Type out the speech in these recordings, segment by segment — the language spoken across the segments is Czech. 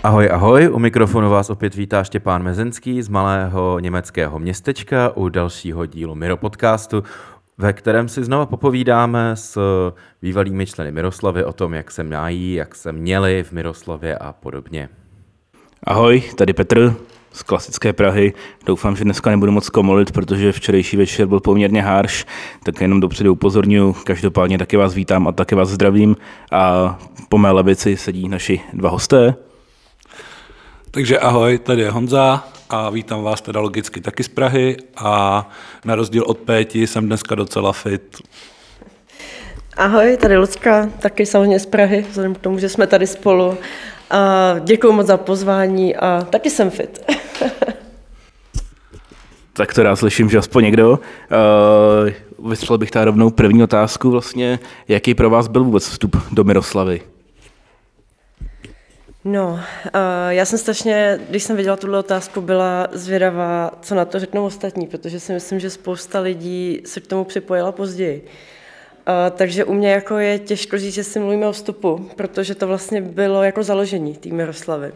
Ahoj, ahoj, u mikrofonu vás opět vítá Štěpán Mezenský z malého německého městečka u dalšího dílu Miro podcastu, ve kterém si znova popovídáme s bývalými členy Miroslavy o tom, jak se mají, jak se měli v Miroslavě a podobně. Ahoj, tady Petr z klasické Prahy. Doufám, že dneska nebudu moc komolit, protože včerejší večer byl poměrně harš, tak jenom dopředu upozorňuji. Každopádně taky vás vítám a taky vás zdravím. A po mé levici sedí naši dva hosté. Takže ahoj, tady je Honza a vítám vás teda logicky taky z Prahy a na rozdíl od Péti jsem dneska docela fit. Ahoj, tady Lucka, taky samozřejmě z Prahy, vzhledem k tomu, že jsme tady spolu. A děkuju moc za pozvání a taky jsem fit. Tak to rád slyším, že aspoň někdo. Vystřelil bych tady rovnou první otázku vlastně. Jaký pro vás byl vůbec vstup do Miroslavy? No, já jsem strašně, když jsem viděla tuhle otázku, byla zvědavá, co na to řeknou ostatní, protože si myslím, že spousta lidí se k tomu připojila později. Takže u mě jako je těžko říct, že si mluvíme o vstupu, protože to vlastně bylo jako založení té Miroslavy.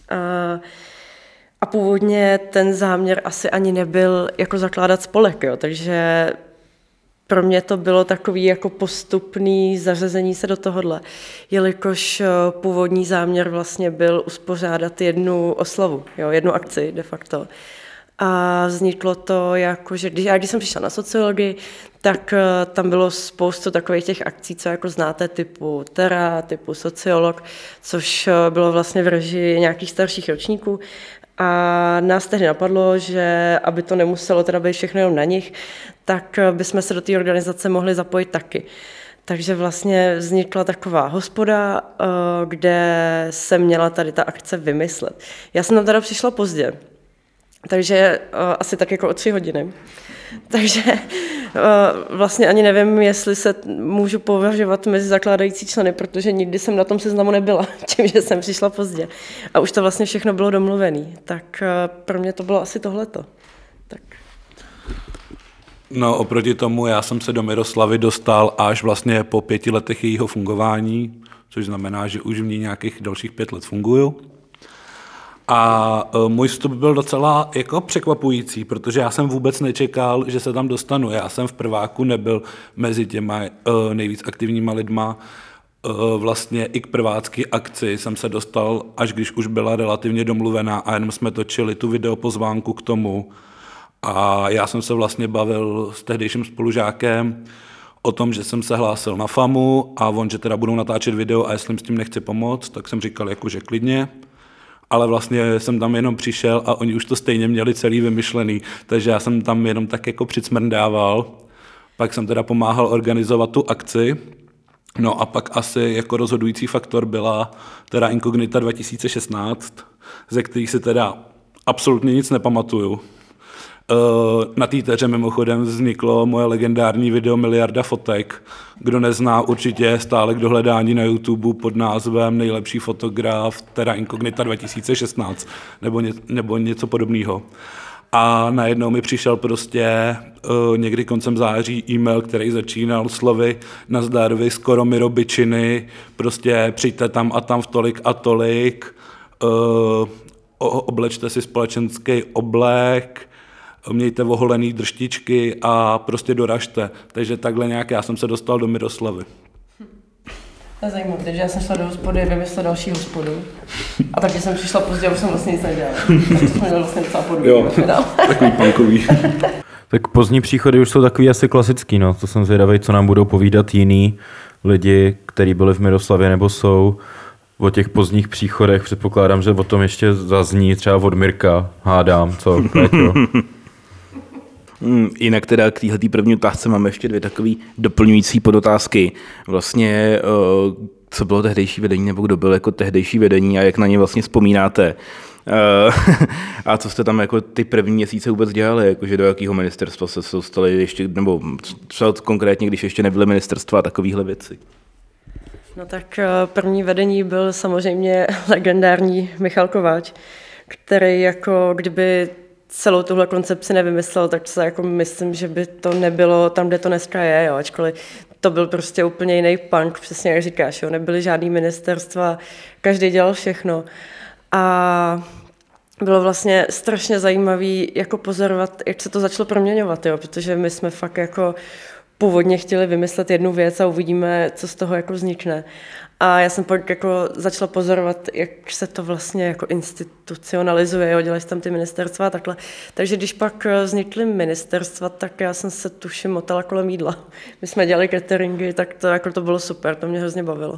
A původně ten záměr asi ani nebyl jako zakládat spolek, jo, takže pro mě to bylo takový jako postupný zařazení se do tohohle, jelikož původní záměr vlastně byl uspořádat jednu oslavu, jo, jednu akci de facto. A vzniklo to jako, že když jsem přišla na sociologii, tak tam bylo spoustu takových těch akcí, co jako znáte, typu Terra, typu Sociolog, což bylo vlastně v režii nějakých starších ročníků. A nás tehdy napadlo, že aby to nemuselo teda být všechno jenom na nich, tak bychom se do té organizace mohli zapojit taky. Takže vlastně vznikla taková hospoda, kde se měla tady ta akce vymyslet. Já jsem tam teda přišla pozdě, takže asi tak jako o 3 hodiny. Takže vlastně ani nevím, jestli se můžu považovat mezi zakládající členy, protože nikdy jsem na tom seznamu nebyla, tím, že jsem přišla pozdě. A už to vlastně všechno bylo domluvené. Tak pro mě to bylo asi tohleto. Tak. No oproti tomu já jsem se do Miroslavy dostal až vlastně po 5 letech jejího fungování, což znamená, že už v ní nějakých dalších 5 let funguju. A můj vstup byl docela jako překvapující, protože já jsem vůbec nečekal, že se tam dostanu. Já jsem v prváku nebyl mezi těma nejvíc aktivníma lidma. Vlastně i k prvácké akci jsem se dostal, až když už byla relativně domluvená a jenom jsme točili tu videopozvánku k tomu. A já jsem se vlastně bavil s tehdejším spolužákem o tom, že jsem se hlásil na FAMu a on, že teda budou natáčet video a jestli jim s tím nechci pomoct, tak jsem říkal jakože klidně. Ale vlastně jsem tam jenom přišel a oni už to stejně měli celý vymyšlený, takže já jsem tam jenom tak jako přicmrdával. Pak jsem teda pomáhal organizovat tu akci. No a pak asi jako rozhodující faktor byla teda Inkognita 2016, ze kterých si teda absolutně nic nepamatuju. Na té Teře mimochodem vzniklo moje legendární video Miliarda fotek. Kdo nezná, určitě stále k dohledání na YouTube pod názvem Nejlepší fotograf Terra Inkognita 2016 nebo něco podobného. A najednou mi přišel prostě někdy koncem září e-mail, který začínal slovy nazdar vy skoro Miro Bičiny, prostě přijďte tam a tam v tolik a tolik, oblečte si společenský oblek, mějte oholený drštičky a prostě doražte. Takže takhle nějak já jsem se dostal do Miroslavy. To je zajímavé, takže já jsem šla do hospody, vymyslela další hospodu. A taky jsem přišla pozdě a už jsem vlastně nic nedělala. Tak to jsme měli vlastně docela podobný. Jo, takový punkový. Tak pozdní příchody už jsou takový asi klasický, no. To jsem zvědavý, co nám budou povídat jiní lidi, kteří byli v Miroslavě nebo jsou. O těch pozdních příchodech předpokládám, že o tom ještě zazní třeba od Mirka, hádám, co? Jinak teda k téhletý první otázce máme ještě 2 takový doplňující podotázky. Vlastně, co bylo tehdejší vedení, nebo kdo byl jako tehdejší vedení a jak na ně vlastně vzpomínáte? A co jste tam jako ty první měsíce vůbec dělali, jakože do jakého ministerstva se dostali ještě, nebo třeba konkrétně, když ještě nebyly ministerstva a takovéhle věci? No tak první vedení byl samozřejmě legendární Michal Kováč, který jako kdyby celou tuhle koncepci nevymyslel, tak se jako myslím, že by to nebylo tam, kde to dneska je, jo, ačkoliv to byl prostě úplně jiný punk, přesně jak říkáš, jo, nebyly žádný ministerstva, každý dělal všechno. A bylo vlastně strašně zajímavé jako pozorovat, jak se to začalo proměňovat, jo? Protože my jsme fakt jako původně chtěli vymyslet jednu věc a uvidíme, co z toho jako vznikne. A já jsem pak jako začala pozorovat, jak se to vlastně jako institucionalizuje, jo? Dělají se tam ty ministerstva a takhle. Takže když pak vznikly ministerstva, tak já jsem se tuším motala kolem jídla. My jsme dělali cateringy, tak to, jako to bylo super, to mě hrozně bavilo.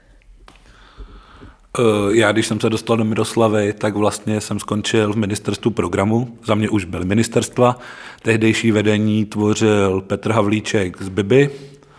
Já, když jsem se dostal do Miroslavy, tak vlastně jsem skončil v ministerstvu programu. Za mě už byly ministerstva. Tehdejší vedení tvořil Petr Havlíček z Biby,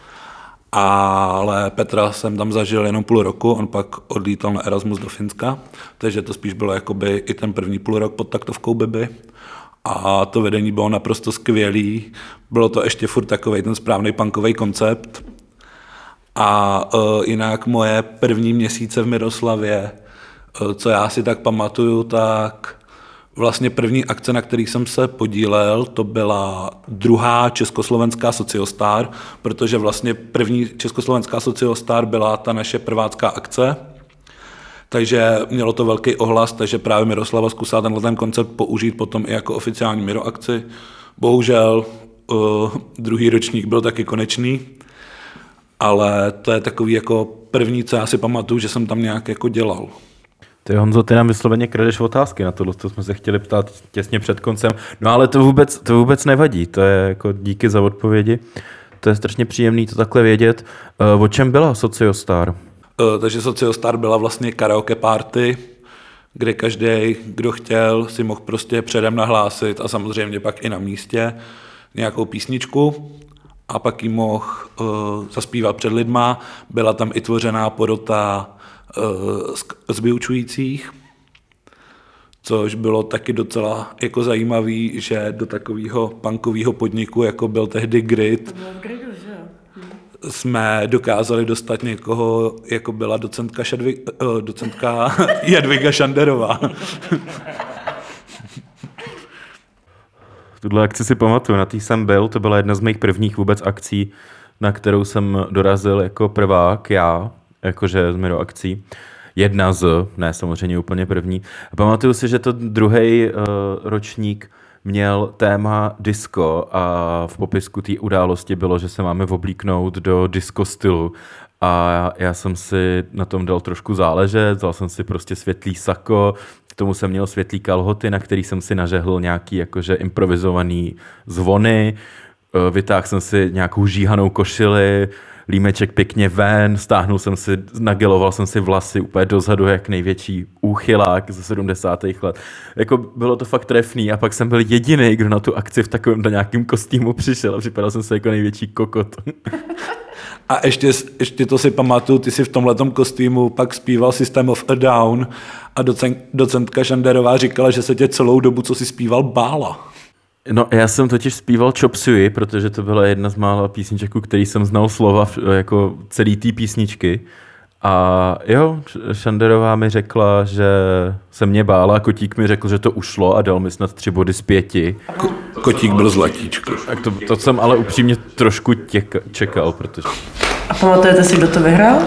ale Petra jsem tam zažil jenom půl roku, on pak odlítal na Erasmus do Finska, takže to spíš bylo jakoby i ten první půl rok pod taktovkou Biby. A to vedení bylo naprosto skvělý. Bylo to ještě furt takovej ten správný punkový koncept. A jinak moje první měsíce v Miroslavě, co já si tak pamatuju, tak vlastně první akce, na kterých jsem se podílel, to byla druhá československá Sociostar, protože vlastně první československá Sociostar byla ta naše prvácká akce, takže mělo to velký ohlas, takže právě Miroslava zkusila tenhle koncept použít potom i jako oficiální Miroakci. Bohužel druhý ročník byl taky konečný, ale to je takový jako první, co já si pamatuju, že jsem tam nějak jako dělal. Ty Honzo, ty nám vysloveně kradeš otázky na tohle, co jsme se chtěli ptát těsně před koncem. No ale to vůbec nevadí, to je jako díky za odpovědi. To je strašně příjemný to takhle vědět. O čem byla Sociostar? Takže Sociostar byla vlastně karaoke party, kde každý, kdo chtěl, si mohl prostě předem nahlásit a samozřejmě pak i na místě nějakou písničku a pak ji mohl zaspívat před lidma. Byla tam i tvořená porota z vyučujících, což bylo taky docela jako zajímavý, že do takového punkového podniku, jako byl tehdy Grid, jsme dokázali dostat někoho, jako byla docentka Jadviga Šanderová. Tuhle akci si pamatuju, na té jsem byl, to byla jedna z mých prvních vůbec akcí, na kterou jsem dorazil jako prvák, já, jakože z Miro akcí. Jedna z, ne samozřejmě úplně první. A pamatuju si, že to druhý ročník měl téma disco a v popisku té události bylo, že se máme oblíknout do disco stylu. A já jsem si na tom dal trošku záležet, vzal jsem si prostě světlý sako, k tomu jsem měl světlý kalhoty, na který jsem si nažehl nějaký jakože improvizovaný zvony, vytáhl jsem si nějakou žíhanou košili, límeček pěkně ven, stáhnul jsem si, nageloval jsem si vlasy úplně dozadu jak největší úchylák ze 70. let. Jako bylo to fakt trefný a pak jsem byl jediný, kdo na tu akci v takovém nějakým kostýmu přišel a připadal jsem se jako největší kokot. A ještě to si pamatuju, ty si v tomhletom kostýmu pak zpíval System of a Down a docentka Šanderová říkala, že se tě celou dobu, co si zpíval, bála. No, já jsem totiž zpíval Chop Suey, protože to byla jedna z mála písniček, který jsem znal slova jako celý té písničky. A jo, Šanderová mi řekla, že se mě bála, Kotík mi řekl, že to ušlo a dal mi snad 3 body z 5. Kotík byl zlatíčko. Tak to jsem ale upřímně trošku čekal, protože... A pamatujete si, kdo to vyhrál?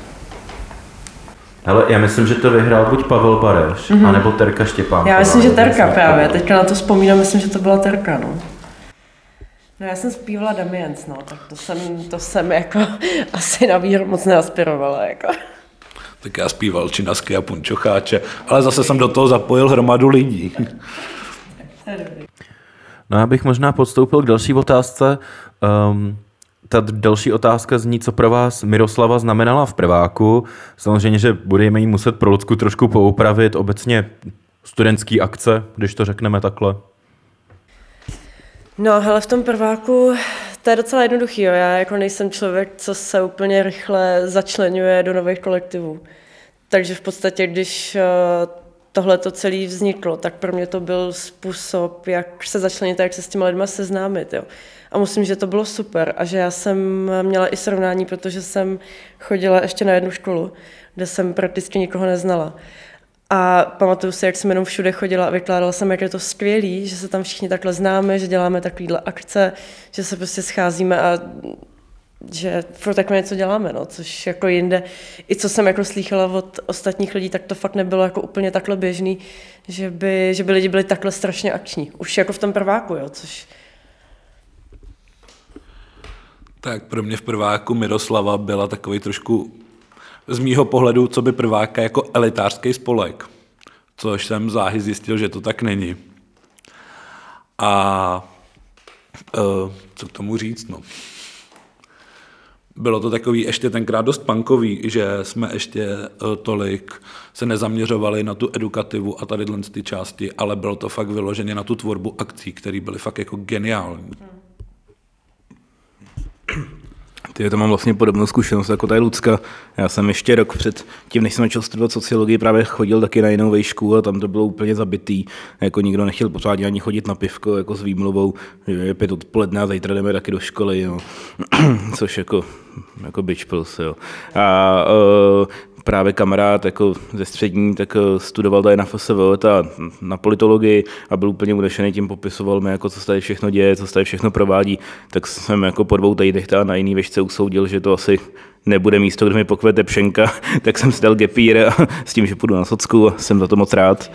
Hele, já myslím, že to vyhrál buď Pavel Bareš, anebo Terka Štěpánková. Já myslím, že Terka právě. Teďka na to vzpomínám, myslím, že to byla Terka, no. No já jsem zpívala Damiens, no, tak to jsem jako asi na výhru moc neaspirovala, jako. Tak já zpíval Činasky a Punčocháče, ale zase jsem do toho zapojil hromadu lidí. No já bych možná podstoupil k další otázce. Ta další otázka zní, co pro vás Miroslava znamenala v prváku. Samozřejmě, že budeme jí muset pro Lucku trošku poupravit. Obecně studentský akce, když to řekneme takhle. No, hele, v tom prváku to je docela jednoduchý, jo. Já jako nejsem člověk, co se úplně rychle začleňuje do nových kolektivů. Takže v podstatě, když tohle to celé vzniklo, tak pro mě to byl způsob, jak se začlenit a jak se s těma lidma seznámit, jo. A musím, že to bylo super a že já jsem měla i srovnání, protože jsem chodila ještě na jednu školu, kde jsem prakticky nikoho neznala. A pamatuju si, jak jsem jenom všude chodila a vykládala jsem, jak je to skvělý, že se tam všichni takhle známe, že děláme takovýhle akce, že se prostě scházíme a že furt takhle něco děláme, no, což jako jinde, i co jsem jako slýchala od ostatních lidí, tak to fakt nebylo jako úplně takhle běžný, že by lidi byli takhle strašně akční. Už jako v tom prváku, jo, což... Tak pro mě v prváku Miroslava byla takový trošku z mýho pohledu, co by prváka jako elitářský spolek, což jsem záhy zjistil, že to tak není. A co k tomu říct, no. Bylo to takový ještě tenkrát dost punkový, že jsme ještě tolik se nezaměřovali na tu edukativu a tady ty části, ale bylo to fakt vyloženě na tu tvorbu akcí, které byly fakt jako geniální. To mám vlastně podobnou zkušenost jako tady Lucka. Já jsem ještě rok před tím, než jsem začal studovat sociologii, právě chodil taky na jinou vejšku a tam to bylo úplně zabitý. Jako nikdo nechtěl pořádně ani chodit na pivko jako s výmluvou, že je 5 odpoledne a zítra jdeme taky do školy. No. Což jako bitch pills, jo. A právě kamarád jako ze střední, tak studoval tady na FSV na politologii a byl úplně unešený tím, popisoval mi, jako co se tady všechno děje, co se tady všechno provádí, tak jsem jako po 2 týdnech na jiný vešce usoudil, že to asi nebude místo, kde mi pokvete pšenka, tak jsem si dal gepír a s tím, že půjdu na socku a jsem za to moc rád.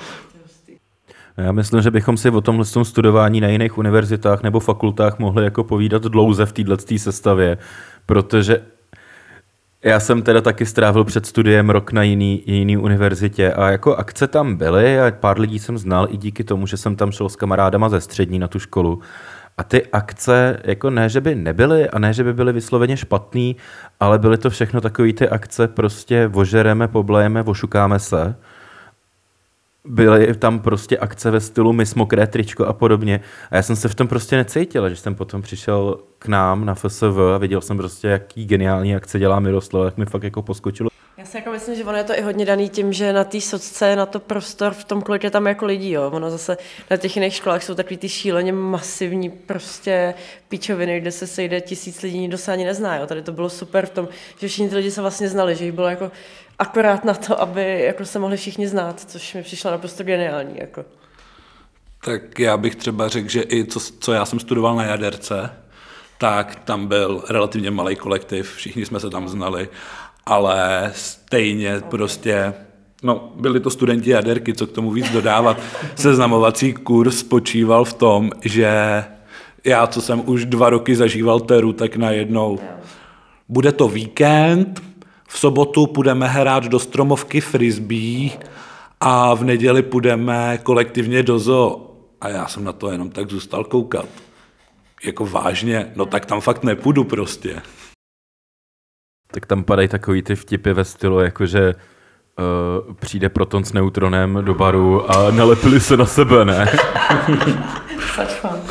Já myslím, že bychom si o tomhle studování na jiných univerzitách nebo fakultách mohli jako povídat dlouze v této sestavě, protože já jsem teda taky strávil před studiem rok na jiný univerzitě a jako akce tam byly a pár lidí jsem znal i díky tomu, že jsem tam šel s kamarádama ze střední na tu školu. A ty akce, jako ne, že by nebyly a ne, že by byly vysloveně špatný, ale byly to všechno takový ty akce, prostě ožereme, poblejeme, ošukáme se. Byly tam prostě akce ve stylu my mokré tričko a podobně. A já jsem se v tom prostě necítil, že jsem potom přišel k nám na FSV a viděl jsem prostě, jaký geniální akce dělá Miroslav, jak mi fakt jako poskočilo. Já si jako myslím, že ono je to i hodně daný tím, že na té socce, na to prostor, v tom kolik je tam jako lidí, jo. Ono zase na těch jiných školách jsou takový ty šíleně masivní prostě píčoviny, kde se sejde 1000 lidí, nikdo se ani nezná, jo. Tady to bylo super v tom, že všichni ty lidi se vlastně znali, že jich bylo jako akorát na to, aby jako se mohli všichni znát, což mi přišlo naprosto geniální, jako. Tak já bych třeba řekl, že i co já jsem studoval na jaderce, tak tam byl relativně malý kolektiv, všichni jsme se tam znali, ale stejně prostě, no, byli to studenti jaderky, co k tomu víc dodávat. Seznamovací kurz spočíval v tom, že já, co jsem už 2 roky zažíval teru, tak najednou bude to víkend, v sobotu půjdeme hrát do stromovky frisbee a v neděli půjdeme kolektivně do zoo. A já jsem na to jenom tak zůstal koukat. Jako vážně, no tak tam fakt nepůjdu prostě. Tak tam padají takový ty vtipy ve stylu, jakože přijde proton s neutronem do baru a nalepili se na sebe, ne? Such fun.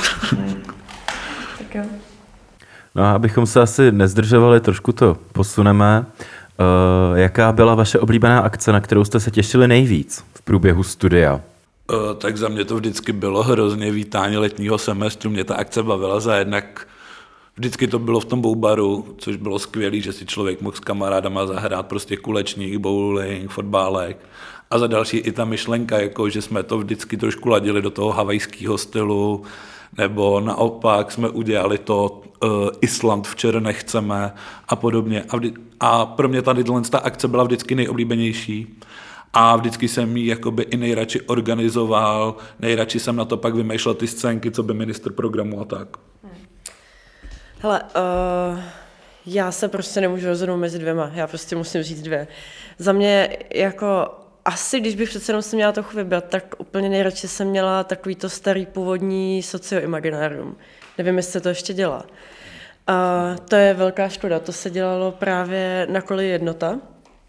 Tak jo. No a abychom se asi nezdržovali, trošku to posuneme. Jaká byla vaše oblíbená akce, na kterou jste se těšili nejvíc v průběhu studia? Tak za mě to vždycky bylo hrozně vítání letního semestru. Mě ta akce bavila za jednak. Vždycky to bylo v tom boubaru, což bylo skvělé, že si člověk mohl s kamarádama zahrát prostě kulečník, bowling, fotbálek. A za další i ta myšlenka, jako, že jsme to vždycky trošku ladili do toho havajského stylu, nebo naopak jsme udělali to Island v Černech chceme a podobně. A pro mě tady ta akce byla vždycky nejoblíbenější. A vždycky jsem ji jakoby i nejradši organizoval, nejradši jsem na to pak vymýšlel ty scénky, co by ministr programu a tak. Hele, já se prostě nemůžu rozhodnout mezi dvěma, já prostě musím říct 2. Za mě jako asi, když bych přece jenom si měla trochu vybrat, tak úplně nejradši jsem měla takový to starý původní socioimaginárium. Nevím, jestli to ještě dělá. To je velká škoda, to se dělalo právě na Koleji Jednota.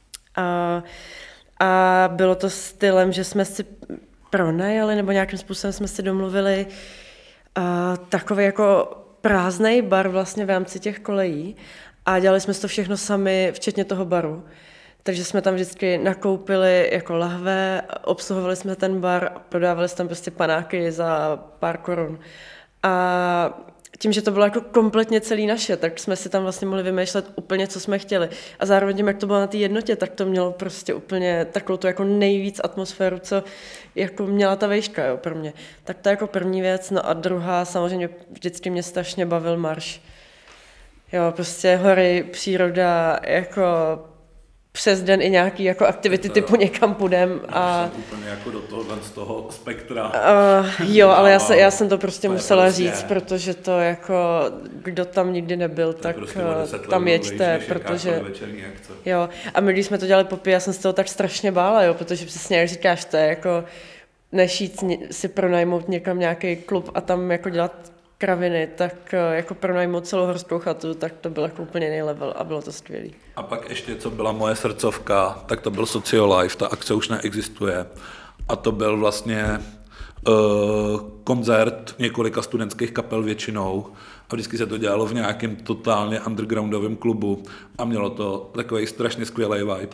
A bylo to stylem, že jsme si pronajali, nebo nějakým způsobem jsme si domluvili takový jako prázdnej bar vlastně v rámci těch kolejí a dělali jsme to všechno sami, včetně toho baru. Takže jsme tam vždycky nakoupili jako lahve, obsluhovali jsme ten bar, prodávali jsme tam prostě panáky za pár korun. A tím, že to bylo jako kompletně celý naše, tak jsme si tam vlastně mohli vymýšlet úplně, co jsme chtěli. A zároveň tím, jak to bylo na té jednotě, tak to mělo prostě úplně takovou tu jako nejvíc atmosféru, co jako měla ta vejška, jo, pro mě. Tak to je jako první věc. No a druhá, samozřejmě vždycky mě strašně bavil marš. Jo, prostě hory, příroda, jako přes den i nějaký jako aktivity typu někam půjdem. A jsem úplně jako do tohohle z toho spektra. Jo, ale já jsem to prostě musela prostě říct, protože to jako, kdo tam nikdy nebyl, tak prostě tam jeďte, protože... Jo, a my když jsme to dělali popy, já jsem se toho tak strašně bála, jo, protože přesně jak říkáš, to je jako než jít si pronajmout někam nějaký klub a tam jako dělat kraviny, tak jako pronajmout celou horskou chatu, tak to byl jako úplně jiný level a bylo to skvělý. A pak ještě, co byla moje srdcovka, tak to byl Sociolife, ta akce už neexistuje. A to byl vlastně koncert několika studentských kapel většinou a vždycky se to dělalo v nějakém totálně undergroundovém klubu a mělo to takový strašně skvělý vibe.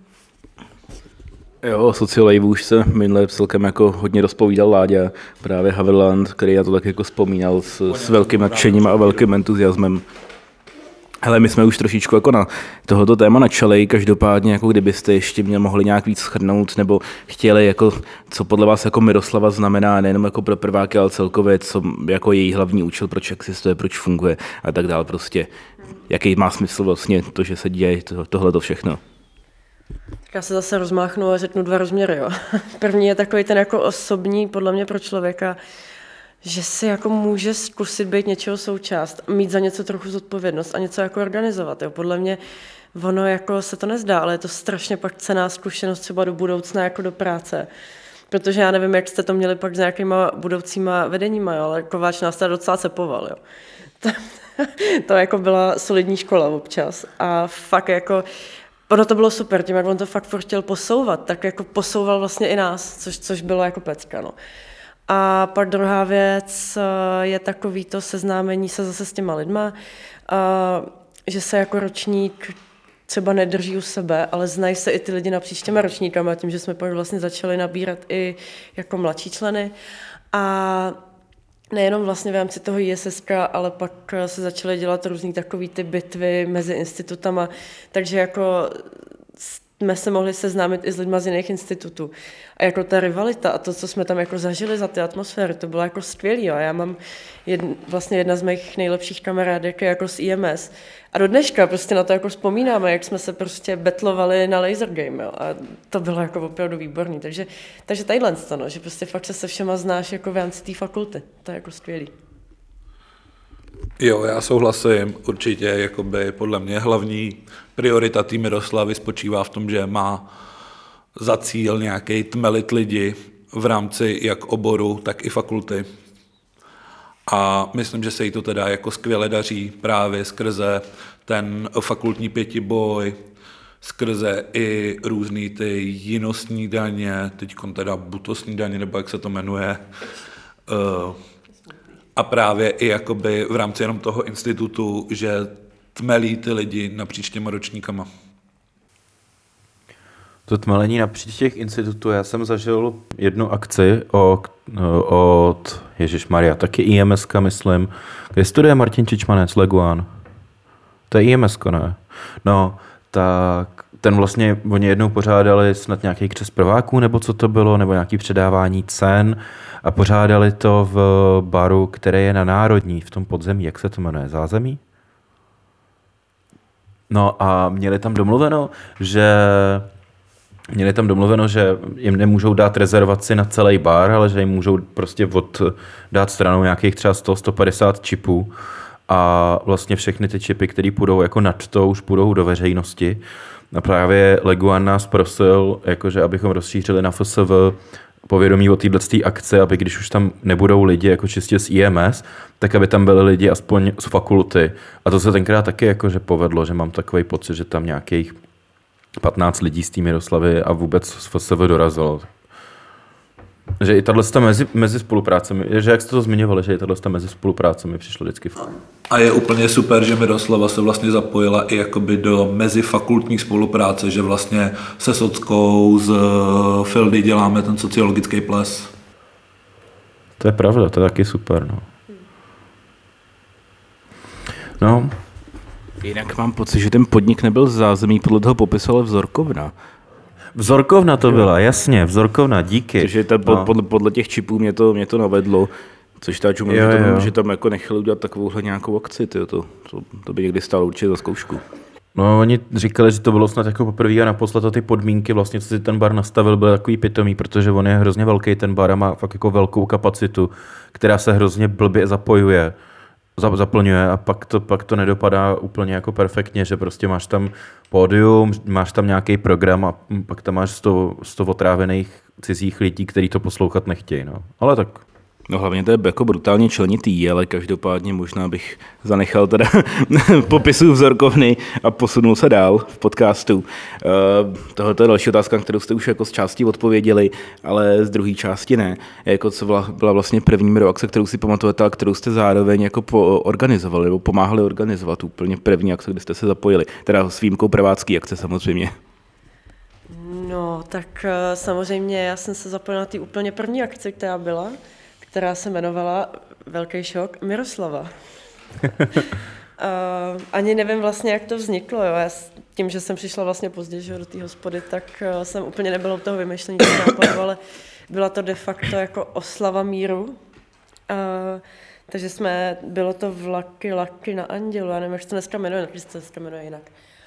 Jo, Sociolive už se minule celkem jako hodně rozpovídal Láďa, právě Haverland, který na to tak jako vzpomínal s velkým nadšením a velkým entuziasmem. Hele, my jsme už trošičku jako na tohoto téma načali, každopádně jako kdybyste ještě mohli nějak víc shrnout nebo chtěli, jako, co podle vás jako Miroslava znamená nejenom jako pro prváky, ale celkově, co jako její hlavní účel, proč existuje, proč funguje a tak dále, prostě jaký má smysl vlastně to, že se děje tohleto všechno. Tak já se zase rozmáchnu a řeknu 2 rozměry. Jo. První je takový ten jako osobní, podle mě pro člověka, že si jako může zkusit být něčeho součást, mít za něco trochu zodpovědnost a něco jako organizovat. Jo. Podle mě ono jako se to nezdá, ale je to strašně pak cenná zkušenost třeba do budoucna jako do práce. Protože já nevím, jak jste to měli pak s nějakýma budoucíma vedeníma, jo, ale Kováč nás teda docela cepoval. Jo. To jako byla solidní škola občas a fakt jako ono to bylo super, tím jak on to fakt chtěl posouvat, tak jako posouval vlastně i nás, což bylo jako pecka. No. A pak druhá věc je takový to seznámení se zase s těma lidma, že se jako ročník třeba nedrží u sebe, ale znají se i ty lidi napříč těma ročníkama, tím, že jsme pak vlastně začali nabírat i jako mladší členy. A nejenom vlastně v rámci toho ISSK, ale pak se začaly dělat různý takový ty bitvy mezi institutama, takže jako jsme se mohli seznámit i s lidma z jiných institutů. A jako ta rivalita a to, co jsme tam jako zažili za ty atmosféry, to bylo jako skvělý. A já mám vlastně jedna z mých nejlepších kamarádek jako z IMS. A do dneška prostě na to jako vzpomínáme, jak jsme se prostě betlovali na laser game. Jo. A to bylo jako opravdu výborný. Takže tadyhle no, že prostě fakt se všema znáš jako v rámci té fakulty. To je jako skvělý. Jo, já souhlasím. Určitě jakoby podle mě hlavní priorita té Miroslavy spočívá v tom, že má za cíl nějaký tmelit lidi v rámci jak oboru, tak i fakulty. A myslím, že se jí to teda jako skvěle daří právě skrze ten fakultní pětiboj, skrze i různý ty jinostní daně, teďkon teda butostní daně, nebo jak se to jmenuje, a právě i jakoby v rámci jenom toho institutu, že tmelí ty lidi napříč těma ročníkama. To tmelení napříč těch institutů, já jsem zažil jednu akci od Ježišmarja, taky IMSka, myslím, kde studuje Martin Čičmanec, Leguán. To je IMSko, ne? No, tak ten vlastně, oni jednou pořádali snad nějaký křest prváků, nebo co to bylo, nebo nějaký předávání cen a pořádali to v baru, který je na Národní, v tom podzemí, jak se to jmenuje, Zázemí? No a měli tam domluveno, že jim nemůžou dát rezervaci na celý bar, ale že jim můžou prostě dát stranou nějakých třeba 100-150 čipů a vlastně všechny ty čipy, které půjdou jako nad to, už půjdou do veřejnosti. A právě Leguán nás prosil, jakože abychom rozšířili na FSV povědomí o této akce, aby když už tam nebudou lidi jako čistě z IMS, tak aby tam byli lidi aspoň z fakulty. A to se tenkrát taky jakože povedlo, že mám takový pocit, že tam nějakých 15 lidí z té Miroslavy a vůbec z FSV dorazilo. Že i tato mezi spoluprácemi, že jak jste to zmiňovali, že i tato mezi spoluprácemi přišlo vždycky. A je úplně super, že Miroslava se vlastně zapojila i jakoby do mezifakultní spolupráce, že vlastně se Sockou z Fildy děláme ten sociologický ples. To je pravda, to je taky super. No. Jinak mám pocit, že ten podnik nebyl z Zázemí, podle toho popisu, ale Vzorkovna. Vzorkovna to byla, jasně, Vzorkovna, díky. Takže podle těch čipů mě to navedlo. Což ta čumím, že tam jako nechali udělat takovouhle nějakou akci, to by někdy stálo určitě za zkoušku. No, oni říkali, že to bylo snad jako poprvé a naposled a ty podmínky, vlastně, co si ten bar nastavil, byly takový pitomý, protože on je hrozně velký, ten bar a má fakt jako velkou kapacitu, která se hrozně blbě zaplňuje a pak to nedopadá úplně jako perfektně, že prostě máš tam pódium, máš tam nějaký program a pak tam máš 100 otrávených cizích lidí, kteří to poslouchat nechtějí. No. Ale tak. No hlavně to je jako brutálně členitý, ale každopádně možná bych zanechal teda popisu vzorkovny a posunul se dál v podcastu. Tohle je další otázka, kterou jste už jako z části odpověděli, ale z druhé části ne. Jako co byla vlastně první Miro-akce, kterou si pamatujete a kterou jste zároveň jako organizovali nebo pomáhali organizovat, úplně první akce, kdy jste se zapojili, teda s výjimkou prvácký akce samozřejmě. No, tak samozřejmě já jsem se zapojila na té úplně první akci, která se jmenovala, velký šok, Miroslava. Ani nevím vlastně, jak to vzniklo. Jo. Já tím, že jsem přišla vlastně později do té hospody, tak jsem úplně nebyla u toho vymýšlení toho nápadu, ale byla to de facto jako oslava míru. Takže bylo to vlaky na Andělu, já nevím, jak se to dneska jmenuje, protože se to dneska jmenuje jinak.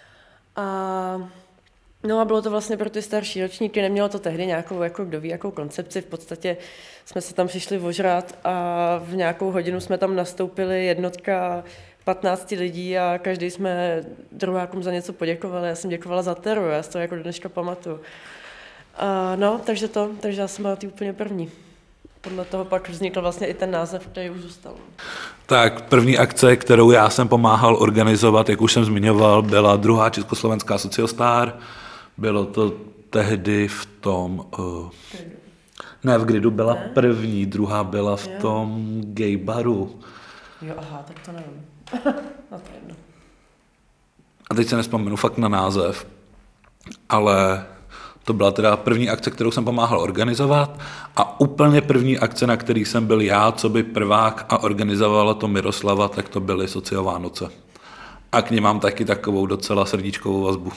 No a bylo to vlastně pro ty starší ročníky, nemělo to tehdy nějakou, jako kdo ví, jakou koncepci, v podstatě jsme se tam přišli ožrat a v nějakou hodinu jsme tam nastoupili jednotka 15 lidí a každý jsme druhákům za něco poděkovali, já jsem děkovala za Teru, já si to jako do dneška pamatuju. No, takže já jsem byla ty úplně první. Podle toho pak vznikl vlastně i ten název, který už zůstal. Tak první akce, kterou já jsem pomáhal organizovat, jak už jsem zmiňoval, byla druhá československá Sociostar. Bylo to tehdy v tom... Ne, v Gridu byla první, druhá byla v tom gay baru. Jo, aha, tak to nevím. No to jedno. A teď se nespomenu fakt na název, ale to byla teda první akce, kterou jsem pomáhal organizovat a úplně první akce, na který jsem byl já, co by prvák a organizovala to Miroslava, tak to byly Sociovánoce. A k ní mám taky takovou docela srdíčkovou vazbu.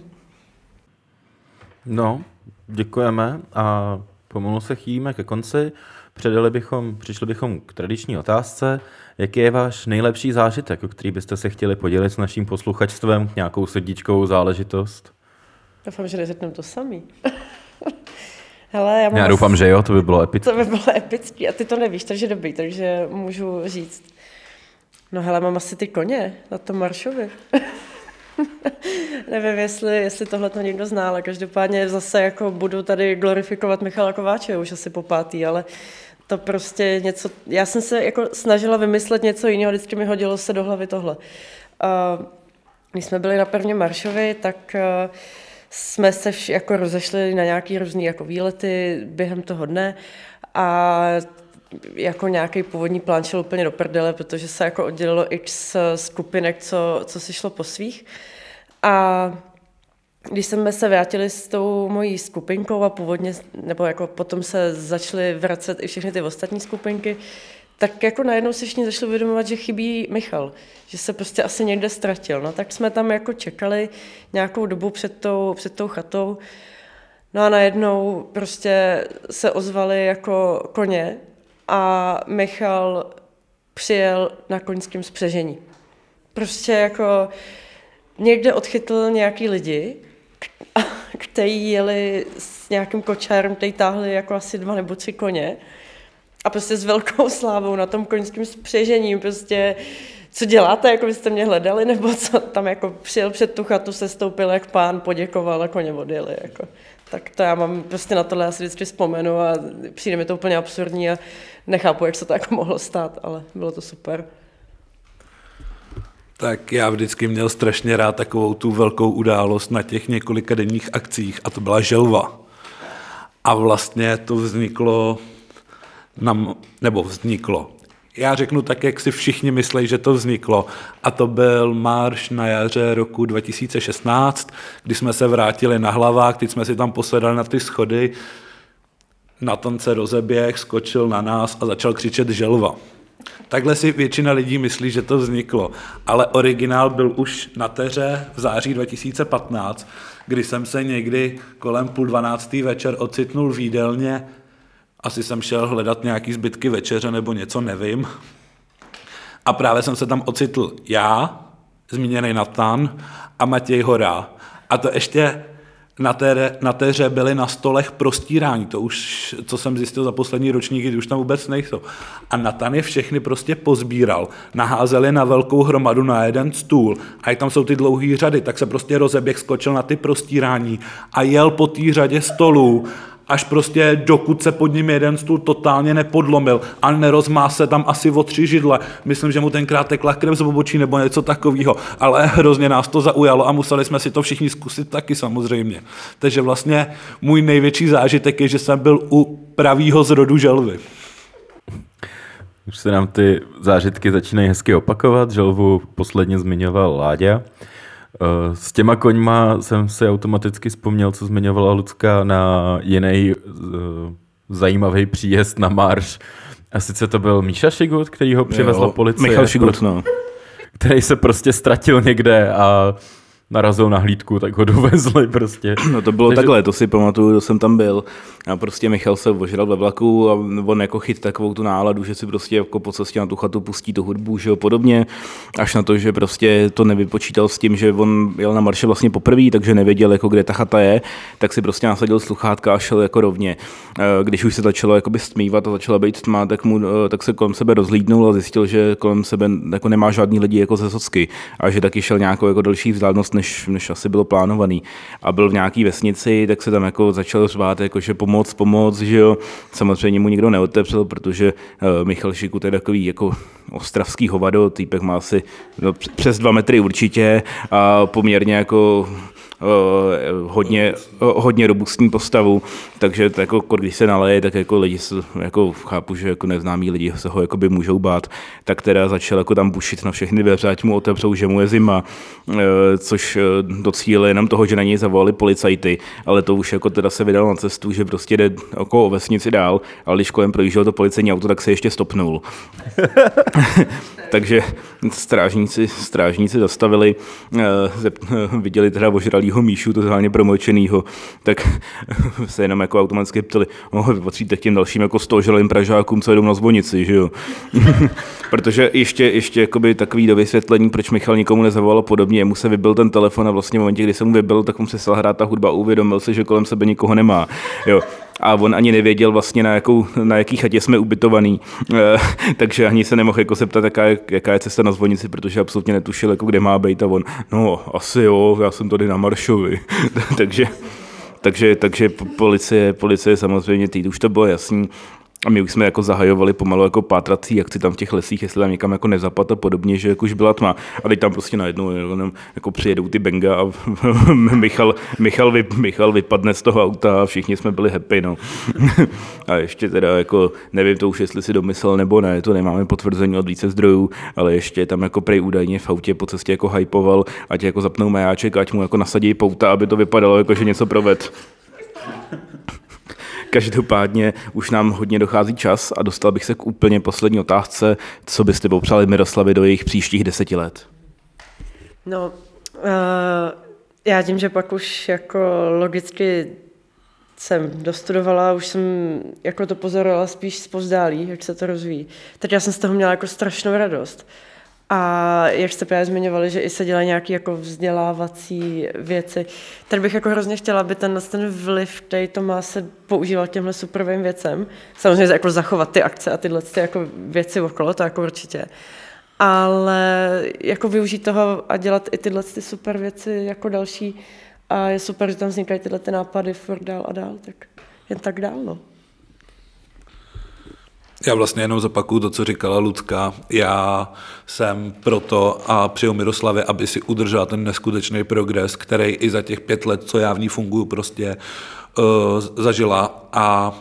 No, děkujeme a pomalu se chýlíme ke konci. Přišli bychom k tradiční otázce. Jaký je váš nejlepší zážitek, o který byste se chtěli podělit s naším posluchačstvem, nějakou srdíčkovou záležitost? Doufám, že neřekneme to samý. Hele, já doufám, že jo, to by bylo epické. To by bylo epický a ty to nevíš, takže dobrý, takže můžu říct. No hele, mám asi ty koně na tom Maršovi. Nevím, jestli tohle to někdo zná, ale každopádně zase jako budu tady glorifikovat Michala Kováče už asi po pátý, ale to prostě něco, já jsem se jako snažila vymyslet něco jiného, vždycky mi hodilo se do hlavy tohle. Když jsme byli na prvním Maršovi, tak jsme se jako rozešli na nějaký různý jako výlety během toho dne a jako nějaký původní plán šel úplně do prdele, protože se jako oddělilo x skupinek, co si šlo po svých. A když jsme se vrátili s tou mojí skupinkou a původně, nebo jako potom se začaly vracet i všechny ty ostatní skupinky, tak jako najednou si všichni začali uvědomovat, že chybí Michal, že se prostě asi někde ztratil. No tak jsme tam jako čekali nějakou dobu před tou chatou. No a najednou prostě se ozvali jako koně a Michal přijel na koňském spřežení. Prostě jako někde odchytl nějaký lidi, kteří jeli s nějakým kočárem, který táhli jako asi 2 nebo 3 koně a prostě s velkou slávou na tom koňském spřežení, prostě co děláte, jako byste mě hledali, nebo co, tam jako přijel před tu chatu, se stoupil jak pán, poděkoval a koně odjeli, jako. Tak to já mám prostě na tohle, já si vždycky vzpomenu a přijde mi to úplně absurdní a nechápu, jak se to jako mohlo stát, ale bylo to super. Tak já vždycky měl strašně rád takovou tu velkou událost na těch několika denních akcích a to byla želva. A vlastně to vzniklo. Já řeknu tak, jak si všichni myslí, že to vzniklo. A to byl marš na jaře roku 2016, kdy jsme se vrátili na Hlavák, teď jsme si tam posedali na ty schody, na tom se rozeběh, skočil na nás a začal křičet želva. Takhle si většina lidí myslí, že to vzniklo, ale originál byl už na Teře v září 2015, kdy jsem se někdy kolem 11:30 večer ocitnul v jídelně Asi jsem šel hledat nějaký zbytky večeře nebo něco, nevím. A právě jsem se tam ocitl já, zmíněný Natan a Matěj Hora. A to ještě na té hře byly na stolech prostírání, to už, co jsem zjistil za poslední ročníky, kdy už tam vůbec nejsou. A Natan je všechny prostě pozbíral, naházel je na velkou hromadu na jeden stůl a jak tam jsou ty dlouhé řady, tak se prostě rozeběh, skočil na ty prostírání a jel po té řadě stolů, až prostě dokud se pod ním jeden stůl totálně nepodlomil a nerozmás se tam asi o 3 židle. Myslím, že mu tenkrát tekla krev z obočí nebo něco takového, ale hrozně nás to zaujalo a museli jsme si to všichni zkusit taky samozřejmě. Takže vlastně můj největší zážitek je, že jsem byl u pravýho zrodu želvy. Už se nám ty zážitky začínají hezky opakovat, želvu posledně zmiňoval Láďa. S těma koňma jsem si automaticky vzpomněl, co zmiňovala Lucka, na jiný zajímavý příjezd na marš. A sice to byl Míša Šigut, který ho přivezla policie. Michal Šigut, no. Který se prostě ztratil někde a narazil na hlídku, tak ho dovezli prostě. No to bylo takhle, to si pamatuju, to jsem tam byl. A prostě Michal se ožral ve vlaku a on jako chyt takovou tu náladu, že si prostě jako po cestě na tu chatu pustí tu hudbu, že jo, podobně. Až na to, že prostě to nevypočítal s tím, že on jel na marše vlastně poprvé, takže nevěděl, jako kde ta chata je, tak si prostě nasadil sluchátka a šel jako rovně. Když už se začalo jakoby stmívat a začala být tma, tak se kolem sebe rozhlídnul a zjistil, že kolem sebe jako nemá žádný lidi jako ze Socky a že taky šel nějakou jako další vzdálenost, než asi bylo plánovaný. A byl v nějaký vesnici, tak se tam jako začal řvát, jakože pomoc, že jo. Samozřejmě mu nikdo neotevřel, protože Michal Šigut je takový jako ostravský hovado, týpek má asi přes 2 metry určitě a poměrně jako hodně robustní postavu, takže to jako, když se naleje, tak jako lidi jako chápu, že jako neznámí lidi se ho jakoby můžou bát, tak teda začal jako tam bušit na všechny dveře, ať mu otevřou, že mu je zima, což docílilo jenom toho, že na něj zavolali policajty, ale to už jako teda se vydal na cestu, že prostě jde okolo vesnici dál, ale když kolem projíždělo to policejní auto, tak se ještě stopnul. Takže strážníci zastavili, viděli teda ožralýho Míšu, totálně promlčenýho, tak se jenom jako automaticky ptali, vy patříte k těm dalším jako 100 ožralým Pražákům, co jdou na zvonici, že jo? Protože ještě jakoby takový do vysvětlení, proč Michal nikomu nezavolal podobně, mu se vybil ten telefon a vlastně v momentě, kdy se mu vybil, tak mu se stala hrát ta hudba a uvědomil se, že kolem sebe nikoho nemá, jo. A on ani nevěděl vlastně, na jaký chatě jsme ubytovaný, takže ani se nemohl jako se ptat, jaká je cesta na zvonici, protože absolutně netušil, jako kde má být a on, no asi jo, já jsem tady na Maršovi, takže policie samozřejmě už to bylo jasný. A my už jsme jako zahajovali pomalu jako pátrací akci tam v těch lesích, jestli tam někam jako nezapad a podobně, že jako už byla tma. A teď tam prostě najednou jako přijedou ty benga a Michal vypadne z toho auta a všichni jsme byli happy, no. A ještě teda jako, nevím to už, jestli si domyslel nebo ne, to nemáme potvrzení od více zdrojů, ale ještě tam jako prej údajně v autě po cestě jako hypoval, ať jako zapnou majáček, ať mu jako nasadí pouta, aby to vypadalo jako, že něco proved. Každopádně už nám hodně dochází čas a dostal bych se k úplně poslední otázce. Co byste popřáli Miroslavi do jejich příštích 10 let? No, já tím, že pak už jako logicky jsem dostudovala, už jsem jako to pozorovala spíš zpovzdálí, jak se to rozvíjí. Tak já jsem z toho měla jako strašnou radost. A jak jste právě zmiňovali, že i se dělají nějaké jako vzdělávací věci, tak bych jako hrozně chtěla, aby ten vliv, který to má, se používal těmhle superovým věcem. Samozřejmě jako zachovat ty akce a tyhle jako věci okolo, to jako určitě. Ale jako využít toho a dělat i tyhle super věci jako další. A je super, že tam vznikají tyhle nápady furt dál a dál, tak jen tak dál, no. Já vlastně jenom zopakuju to, co říkala Lucka. Já jsem proto a přeju Miroslavě, aby si udržela ten neskutečný progres, který i za těch 5 let, co já v ní funguju, prostě zažila a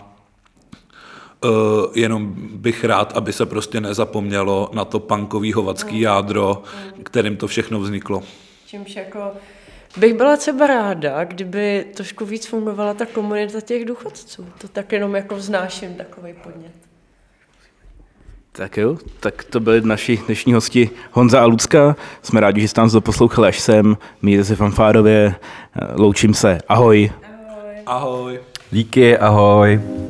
jenom bych rád, aby se prostě nezapomnělo na to punkový hovacký jádro, kterým to všechno vzniklo. Čímž jako bych byla třeba ráda, kdyby trošku víc fungovala ta komunita těch důchodců. To tak jenom jako vznáším takovej podnět. Tak jo, tak to byli naši dnešní hosti Honza a Lucka. Jsme rádi, že jste nás doposlouchali až sem. Mějte se fanfárově, loučím se. Ahoj. Ahoj. Díky, ahoj.